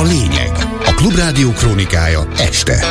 a lényeg. A Klubrádió krónikája este.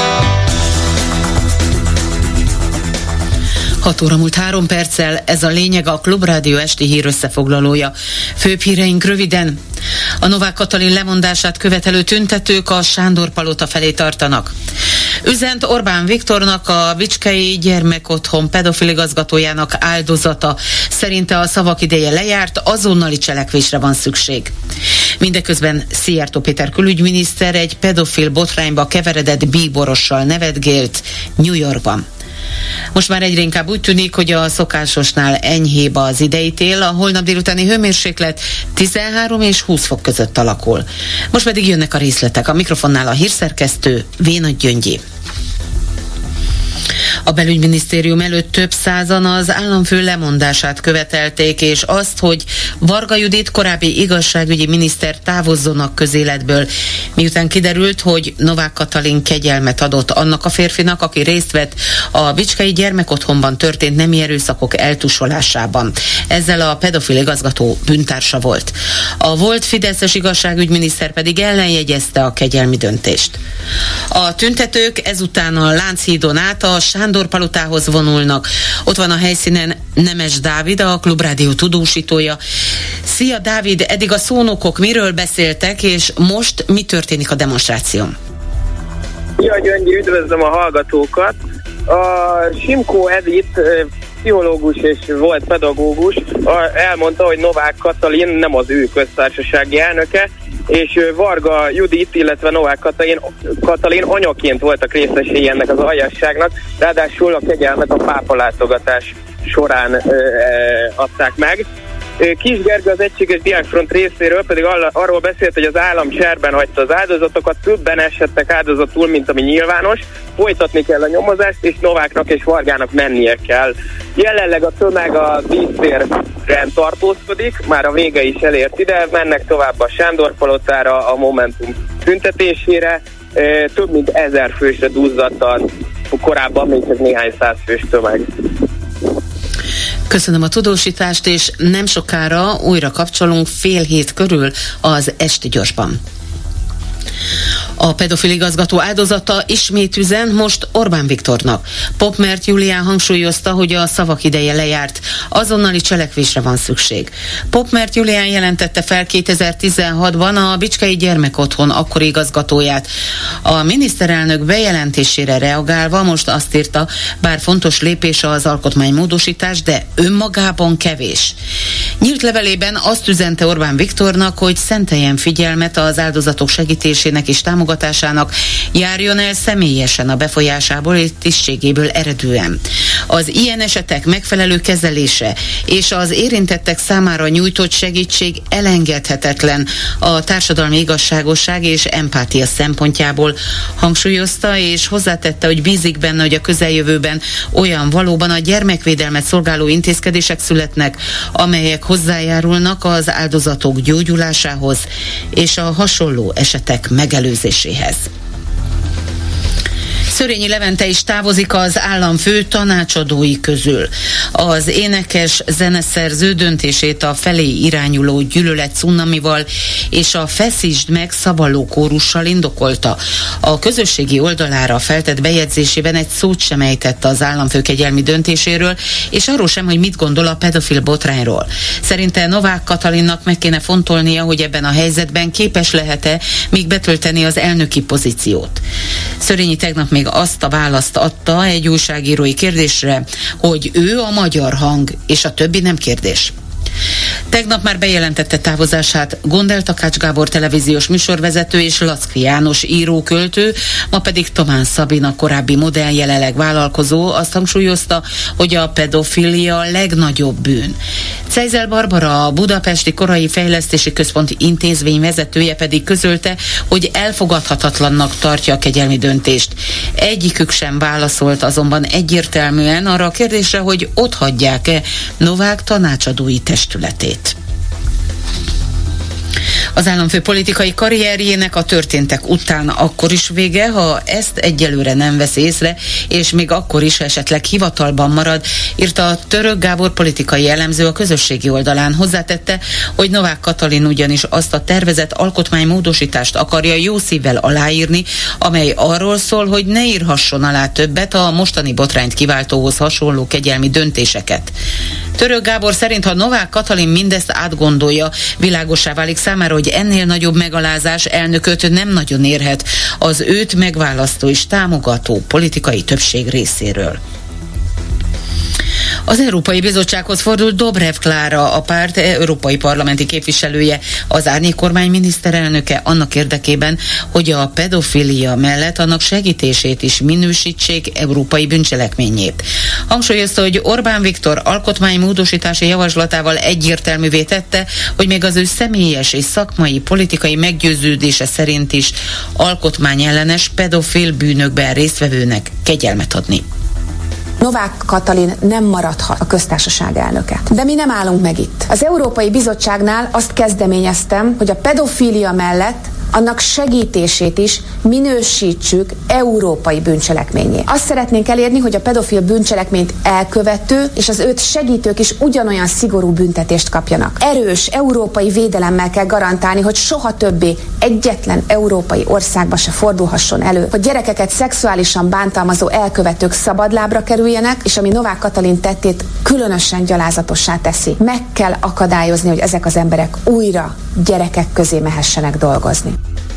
6 óra múlt 3 perccel, ez a lényeg, a Klubrádió esti hír összefoglalója. Főbb híreink röviden. A Novák Katalin lemondását követelő tüntetők a Sándor Palota felé tartanak. Üzent Orbán Viktornak, a Bicskei Gyermekotthon pedofil igazgatójának áldozata. Szerinte a szavak ideje lejárt, azonnali cselekvésre van szükség. Mindeközben Szijjártó Péter külügyminiszter egy pedofil botrányba keveredett bíborossal nevetgélt New Yorkban. Most már egyre inkább úgy tűnik, hogy a szokásosnál enyhébb az idei tél, a holnap délutáni hőmérséklet 13 és 20 fok között alakul. Most pedig jönnek a részletek. A mikrofonnál a hírszerkesztő Vénagy Gyöngyi. A belügyminisztérium előtt több százan az államfő lemondását követelték, és azt, hogy Varga Judit korábbi igazságügyi miniszter távozzon a közéletből, miután kiderült, hogy Novák Katalin kegyelmet adott annak a férfinak, aki részt vett a Bicskei Gyermekotthonban történt nemi erőszakok eltusolásában. Ezzel a pedofil igazgató bűntársa volt. A volt fideszes igazságügyminiszter pedig ellenjegyezte a kegyelmi döntést. A tüntetők ezután a Lánchídon át a Sándor Palotához vonulnak. Ott van a helyszínen Nemes Dávid, a Klubrádió tudósítója. Szia Dávid, eddig a szónokok miről beszéltek, és most mi történik a demonstráción? Ja, Gyöngyi, üdvözlöm a hallgatókat. A Simkó Edith, pszichológus és volt pedagógus, elmondta, hogy Novák Katalin nem az ő köztársasági elnöke, és Varga Judit, illetve Novák Katalin anyaként voltak részesei ennek az aljasságnak, ráadásul a kegyelmet a pápa látogatás során adták meg. Kis Gergő az Egységes Diákfront részéről pedig arról beszélt, hogy az állam cserben hagyta az áldozatokat, többen esettek áldozatul, mint ami nyilvános, folytatni kell a nyomozást, és Nováknak és Vargának mennie kell. Jelenleg a tömeg a dísztéren tartózkodik, már a vége is elért ide, mennek tovább a Sándor Palotára, a Momentum tüntetésére, több mint 1000 fősre duzzadt a korábban még csak néhány száz fős tömeg. Köszönöm a tudósítást, és nem sokára újra kapcsolunk 6:30 körül az Esti Gyorsban. A pedofil igazgató áldozata ismét üzen most Orbán Viktornak. Popmert Julián hangsúlyozta, hogy a szavak ideje lejárt, azonnali cselekvésre van szükség. Popmert Julián jelentette fel 2016-ban a Bicskei Gyermekotthon akkori igazgatóját. A miniszterelnök bejelentésére reagálva most azt írta, bár fontos lépés az alkotmánymódosítás, de önmagában kevés. Nyílt levelében azt üzente Orbán Viktornak, hogy szenteljen figyelmet az áldozatok segítésének és támogatásának, járjon el személyesen a befolyásából és tisztségéből eredően. Az ilyen esetek megfelelő kezelése és az érintettek számára nyújtott segítség elengedhetetlen a társadalmi igazságosság és empátia szempontjából, hangsúlyozta, és hozzátette, hogy bízik benne, hogy a közeljövőben olyan valóban a gyermekvédelmet szolgáló intézkedések születnek, amelyek hozzájárulnak az áldozatok gyógyulásához és a hasonló esetek megelőzéséhez. Szörényi Levente is távozik az államfő tanácsadói közül. Az énekes zeneszerző döntését a felé irányuló gyűlölet cunamival és a Feszítsd meg szabadló kórussal indokolta. A közösségi oldalára feltett bejegyzésében egy szót sem ejtett az államfő kegyelmi döntéséről, és arról sem, hogy mit gondol a pedofil botrányról. Szerinte Novák Katalinnak meg kéne fontolnia, hogy ebben a helyzetben képes lehet-e még betölteni az elnöki pozíciót. Szörényi tegnap még azt a választ adta egy újságírói kérdésre, hogy ő a magyar hang, és a többi nem kérdés. Tegnap már bejelentette távozását Gondel Takács Gábor televíziós műsorvezető és Laczky János író-költő, ma pedig Tomán Szabina korábbi modell, jelenleg vállalkozó azt hangsúlyozta, hogy a pedofilia a legnagyobb bűn. Cejzel Barbara, a Budapesti Korai Fejlesztési Központ intézmény vezetője pedig közölte, hogy elfogadhatatlannak tartja a kegyelmi döntést. Egyikük sem válaszolt azonban egyértelműen arra a kérdésre, hogy otthagyják-e Novák tanácsadói testületét. Az államfő politikai karrierjének a történtek után akkor is vége, ha ezt egyelőre nem vesz észre, és még akkor is esetleg hivatalban marad, írta Török Gábor politikai elemző a közösségi oldalán. Hozzátette, hogy Novák Katalin ugyanis azt a tervezett alkotmánymódosítást akarja jó szívvel aláírni, amely arról szól, hogy ne írhasson alá többet a mostani botrányt kiváltóhoz hasonló kegyelmi döntéseket. Török Gábor szerint, ha Novák Katalin mindezt átgondolja, világossá válik számára, hogy ennél nagyobb megalázás elnököt nem nagyon érhet az őt megválasztó és támogató politikai többség részéről. Az Európai Bizottsághoz fordult Dobrev Klára, a párt európai parlamenti képviselője, az árnyékkormány miniszterelnöke annak érdekében, hogy a pedofilia mellett annak segítését is minősítsék európai bűncselekményét. Hangsúlyozta, hogy Orbán Viktor alkotmánymódosítási javaslatával egyértelművé tette, hogy még az ő személyes és szakmai politikai meggyőződése szerint is alkotmányellenes pedofil bűnökben résztvevőnek kegyelmet adni. Novák Katalin nem maradhat a köztársaság elnöke. De mi nem állunk meg itt. Az Európai Bizottságnál azt kezdeményeztem, hogy a pedofília mellett annak segítését is minősítsük európai bűncselekményé. Azt szeretnénk elérni, hogy a pedofil bűncselekményt elkövető és az őt segítők is ugyanolyan szigorú büntetést kapjanak. Erős európai védelemmel kell garantálni, hogy soha többé egyetlen európai országba se fordulhasson elő, hogy gyerekeket szexuálisan bántalmazó elkövetők szabadlábra kerüljenek, és ami Novák Katalin tettét különösen gyalázatossá teszi. Meg kell akadályozni, hogy ezek az emberek újra gyerekek közé mehessenek dolgozni.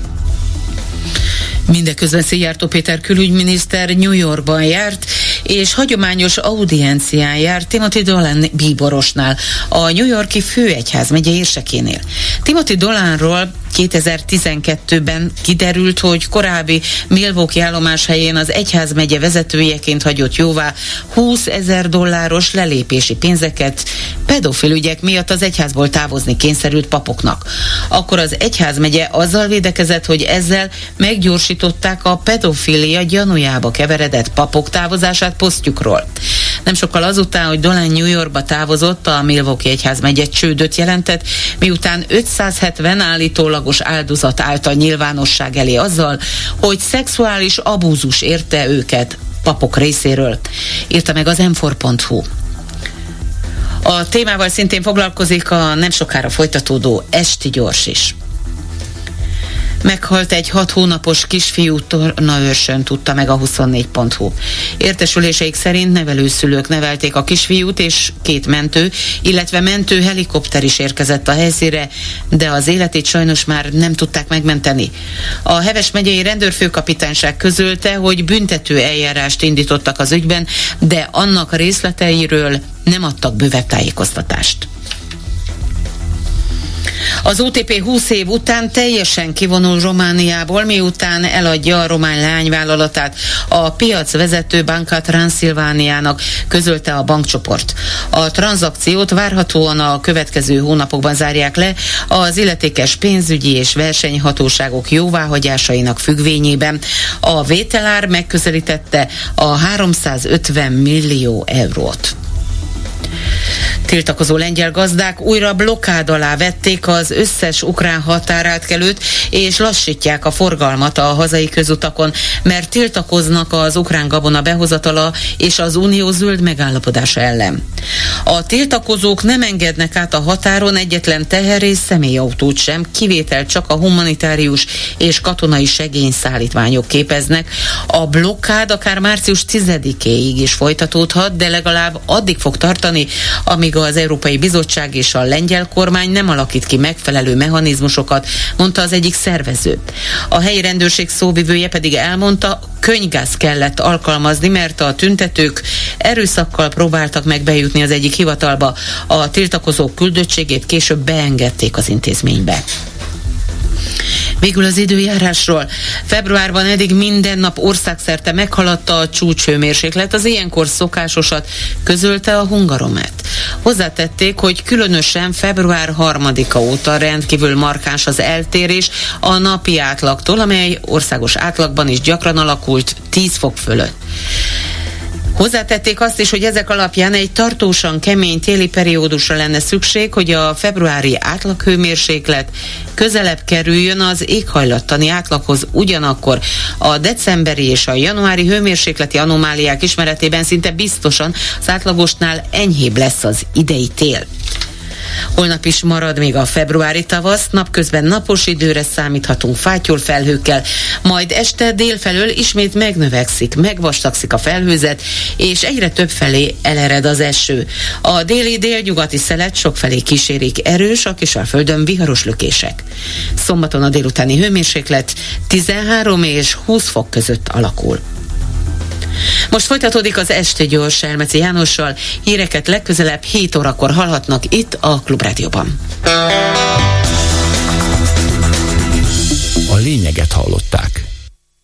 Mindeközben Szijjártó Péter külügyminiszter New Yorkban járt, és hagyományos audiencián járt Timothy Dolan bíborosnál, a New York-i főegyházmegye érsekénél. Timothy Dolanról 2012-ben kiderült, hogy korábbi Milwaukee állomáshelyén az egyházmegye vezetőjeként hagyott jóvá $20,000 lelépési pénzeket pedofil ügyek miatt az egyházból távozni kényszerült papoknak. Akkor az egyházmegye azzal védekezett, hogy ezzel meggyorsították a pedofilia gyanújába keveredett papok távozását posztjukról. Nem sokkal azután, hogy Dolan New Yorkba távozott, a Milwaukee egyházmegye csődöt jelentett, miután 570 állítólagos áldozat állt a nyilvánosság elé azzal, hogy szexuális abúzus érte őket papok részéről, írta meg az m4.hu. A témával szintén foglalkozik a nem sokára folytatódó Esti Gyors is. Meghalt egy 6 hónapos kisfiú tornaőrsön, tudta meg a 24.hu. Értesüléseik szerint nevelőszülők nevelték a kisfiút, és 2 mentő, illetve mentő helikopter is érkezett a helyszínre, de az életét sajnos már nem tudták megmenteni. A Heves megyei rendőrfőkapitányság közölte, hogy büntető eljárást indítottak az ügyben, de annak részleteiről nem adtak bővebb tájékoztatást. Az OTP 20 év után teljesen kivonul Romániából, miután eladja a román lányvállalatát a piacvezető Banca Transilvaniának, közölte a bankcsoport. A tranzakciót várhatóan a következő hónapokban zárják le az illetékes pénzügyi és versenyhatóságok jóváhagyásainak függvényében. A vételár megközelítette a 350 millió eurót. Tiltakozó lengyel gazdák újra blokkád alá vették az összes ukrán határátkelőt, és lassítják a forgalmat a hazai közutakon, mert tiltakoznak az ukrán gabona behozatala és az unió zöld megállapodása ellen. A tiltakozók nem engednek át a határon egyetlen teher- és személyautót sem, kivétel csak a humanitárius és katonai segélyszállítmányok képeznek. A blokkád akár március 10-éig is folytatódhat, de legalább addig fog tartani, amíg az Európai Bizottság és a lengyel kormány nem alakít ki megfelelő mechanizmusokat, mondta az egyik szervező. A helyi rendőrség szóvivője pedig elmondta, könyvgáz kellett alkalmazni, mert a tüntetők erőszakkal próbáltak meg bejutni az egyik hivatalba. A tiltakozók küldöttségét később beengedték az intézménybe. Végül az időjárásról. Februárban eddig minden nap országszerte meghaladta a csúcshőmérséklet, az ilyenkor szokásosat közölte a Hungaromet. Hozzátették, hogy különösen február 3-a óta rendkívül markáns az eltérés a napi átlagtól, amely országos átlagban is gyakran alakult 10 fok fölött. Hozzátették azt is, hogy ezek alapján egy tartósan kemény téli periódusra lenne szükség, hogy a februári átlaghőmérséklet közelebb kerüljön az éghajlattani átlaghoz, ugyanakkor a decemberi és a januári hőmérsékleti anomáliák ismeretében szinte biztosan az átlagosnál enyhébb lesz az idei tél. Holnap is marad még a februári tavasz, napközben napos időre számíthatunk fátyolfelhőkkel, majd este délfelől ismét megnövekszik, megvastagszik a felhőzet, és egyre több felé elered az eső. A déli délnyugati szelet sokfelé kísérik erős, a Kisalföldön viharos lökések. Szombaton a délutáni hőmérséklet 13 és 20 fok között alakul. Most folytatódik az Esti Gyors Selmeci Jánossal, híreket legközelebb 7 órakor hallhatnak itt a Klubrádióban. A lényeget hallották.